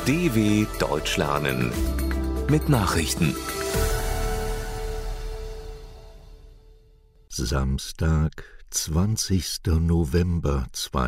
DW Deutsch lernen mit Nachrichten. Samstag, 20. November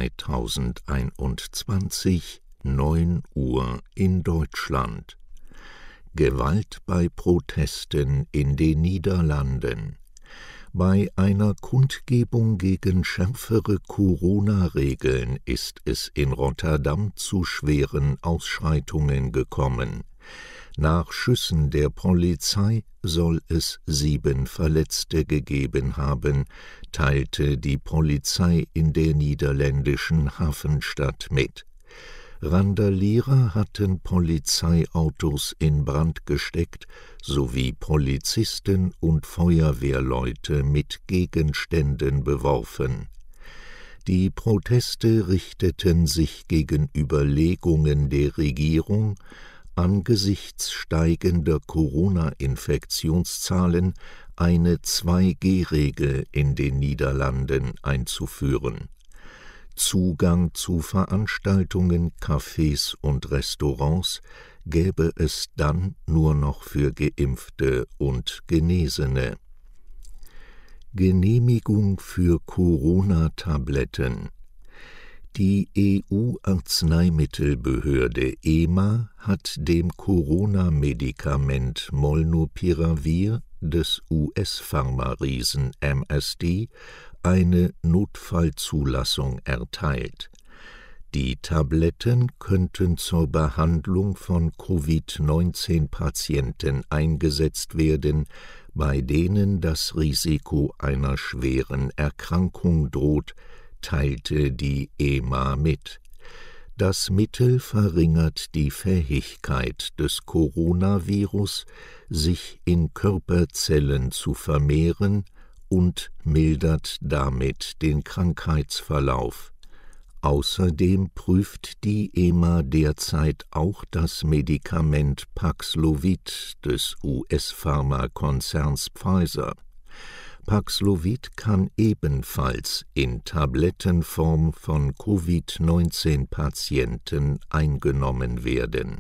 2021, 9 Uhr in Deutschland. Gewalt bei Protesten in den Niederlanden. Bei einer Kundgebung gegen schärfere Corona-Regeln ist es in Rotterdam zu schweren Ausschreitungen gekommen. Nach Schüssen der Polizei soll es 7 Verletzte gegeben haben, teilte die Polizei in der niederländischen Hafenstadt mit. Randalierer hatten Polizeiautos in Brand gesteckt sowie Polizisten und Feuerwehrleute mit Gegenständen beworfen. Die Proteste richteten sich gegen Überlegungen der Regierung, angesichts steigender Corona-Infektionszahlen eine 2G-Regel in den Niederlanden einzuführen. Zugang zu Veranstaltungen, Cafés und Restaurants gäbe es dann nur noch für Geimpfte und Genesene. Genehmigung für Corona-Tabletten. Die EU-Arzneimittelbehörde EMA hat dem Corona-Medikament Molnupiravir des US-Pharma-Riesen MSD eine Notfallzulassung erteilt. Die Tabletten könnten zur Behandlung von Covid-19-Patienten eingesetzt werden, bei denen das Risiko einer schweren Erkrankung droht, teilte die EMA mit. Das Mittel verringert die Fähigkeit des Coronavirus, sich in Körperzellen zu vermehren und mildert damit den Krankheitsverlauf. Außerdem prüft die EMA derzeit auch das Medikament Paxlovid des US-Pharmakonzerns Pfizer. Paxlovid kann ebenfalls in Tablettenform von Covid-19-Patienten eingenommen werden.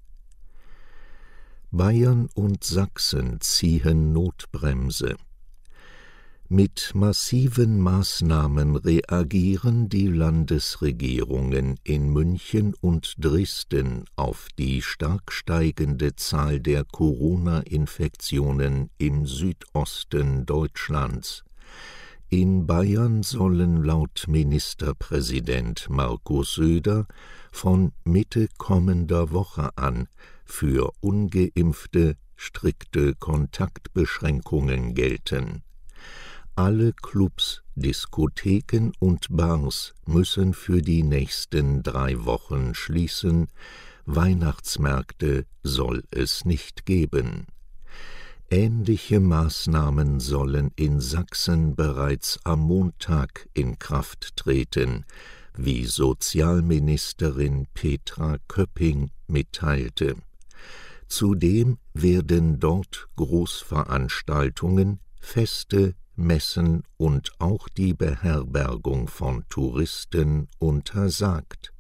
Bayern und Sachsen ziehen Notbremse. Mit massiven Maßnahmen reagieren die Landesregierungen in München und Dresden auf die stark steigende Zahl der Corona-Infektionen im Südosten Deutschlands. In Bayern sollen laut Ministerpräsident Markus Söder von Mitte kommender Woche an für Ungeimpfte strikte Kontaktbeschränkungen gelten. Alle Clubs, Diskotheken und Bars müssen für die nächsten 3 Wochen schließen. Weihnachtsmärkte soll es nicht geben. Ähnliche Maßnahmen sollen in Sachsen bereits am Montag in Kraft treten, wie Sozialministerin Petra Köpping mitteilte. Zudem werden dort Großveranstaltungen, Feste, Messen und auch die Beherbergung von Touristen untersagt.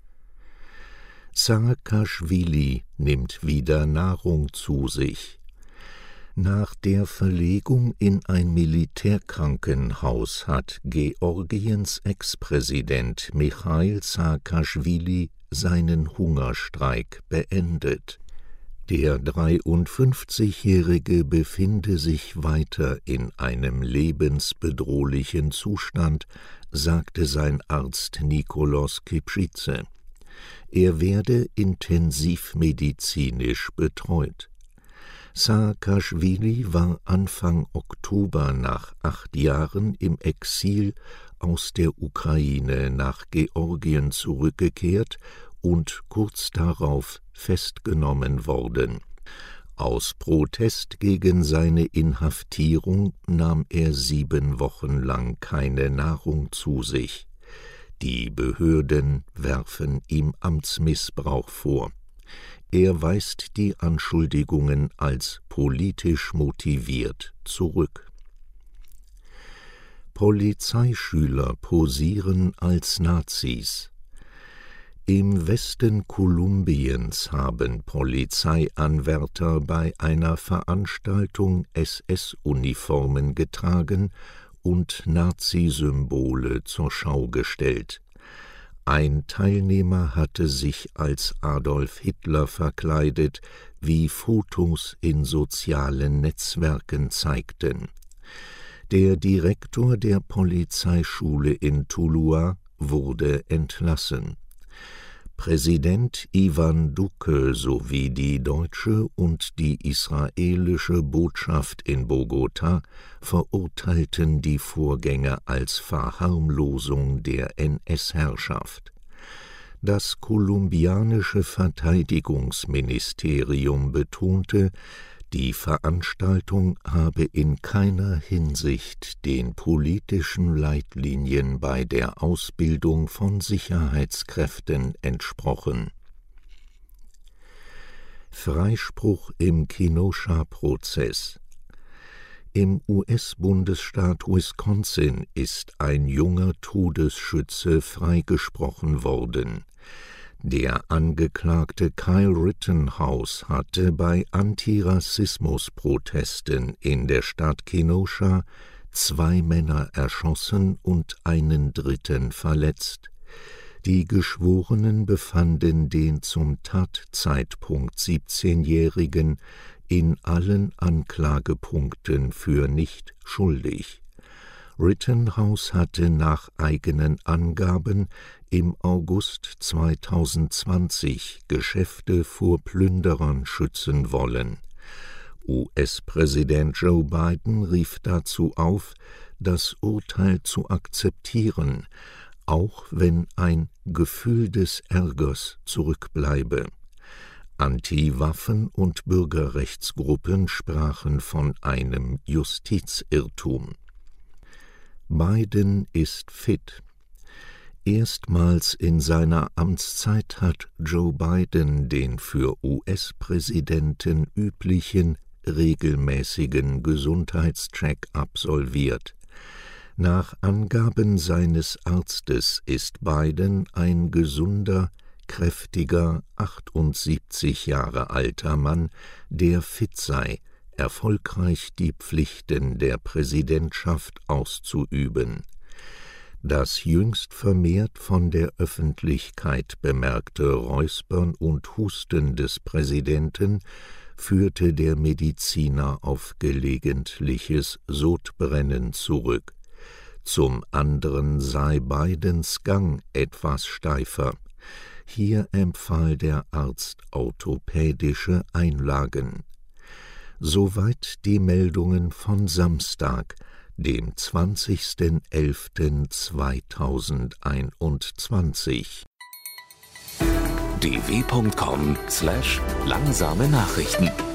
Saakaschwili nimmt wieder Nahrung zu sich. Nach der Verlegung in ein Militärkrankenhaus hat Georgiens Ex-Präsident Michail Saakaschwili seinen Hungerstreik beendet. Der 53-Jährige befinde sich weiter in einem lebensbedrohlichen Zustand, sagte sein Arzt Nikolaus Kipschidze. Er werde intensivmedizinisch betreut. Saakaschwili war Anfang Oktober nach 8 Jahren im Exil aus der Ukraine nach Georgien zurückgekehrt und kurz darauf festgenommen worden. Aus Protest gegen seine Inhaftierung nahm er 7 Wochen lang keine Nahrung zu sich. Die Behörden werfen ihm Amtsmissbrauch vor. Er weist die Anschuldigungen als politisch motiviert zurück. Polizeischüler posieren als Nazis. Im Westen Kolumbiens haben Polizeianwärter bei einer Veranstaltung SS-Uniformen getragen und Nazi-Symbole zur Schau gestellt. Ein Teilnehmer hatte sich als Adolf Hitler verkleidet, wie Fotos in sozialen Netzwerken zeigten. Der Direktor der Polizeischule in Tuluá wurde entlassen. Präsident Ivan Duque sowie die deutsche und die israelische Botschaft in Bogotá verurteilten die Vorgänge als Verharmlosung der NS-Herrschaft. Das kolumbianische Verteidigungsministerium betonte, die Veranstaltung habe in keiner Hinsicht den politischen Leitlinien bei der Ausbildung von Sicherheitskräften entsprochen. Freispruch im Kenosha-Prozess. Im US-Bundesstaat Wisconsin ist ein junger Todesschütze freigesprochen worden. Der Angeklagte Kyle Rittenhouse hatte bei Antirassismus-Protesten in der Stadt Kenosha 2 Männer erschossen und einen dritten verletzt. Die Geschworenen befanden den zum Tatzeitpunkt 17-Jährigen in allen Anklagepunkten für nicht schuldig. Rittenhouse hatte nach eigenen Angaben im August 2020 Geschäfte vor Plünderern schützen wollen. US-Präsident Joe Biden rief dazu auf, das Urteil zu akzeptieren, auch wenn ein Gefühl des Ärgers zurückbleibe. Anti-Waffen- und Bürgerrechtsgruppen sprachen von einem Justizirrtum. Biden ist fit. Erstmals in seiner Amtszeit hat Joe Biden den für US-Präsidenten üblichen regelmäßigen Gesundheitscheck absolviert. Nach Angaben seines Arztes ist Biden ein gesunder, kräftiger, 78 Jahre alter Mann, der fit sei, erfolgreich die Pflichten der Präsidentschaft auszuüben. Das jüngst vermehrt von der Öffentlichkeit bemerkte Räuspern und Husten des Präsidenten führte der Mediziner auf gelegentliches Sodbrennen zurück. Zum anderen sei Bidens Gang etwas steifer. Hier empfahl der Arzt orthopädische Einlagen. Soweit die Meldungen von Samstag, dem 20.11.2021. dw.com/langsame Nachrichten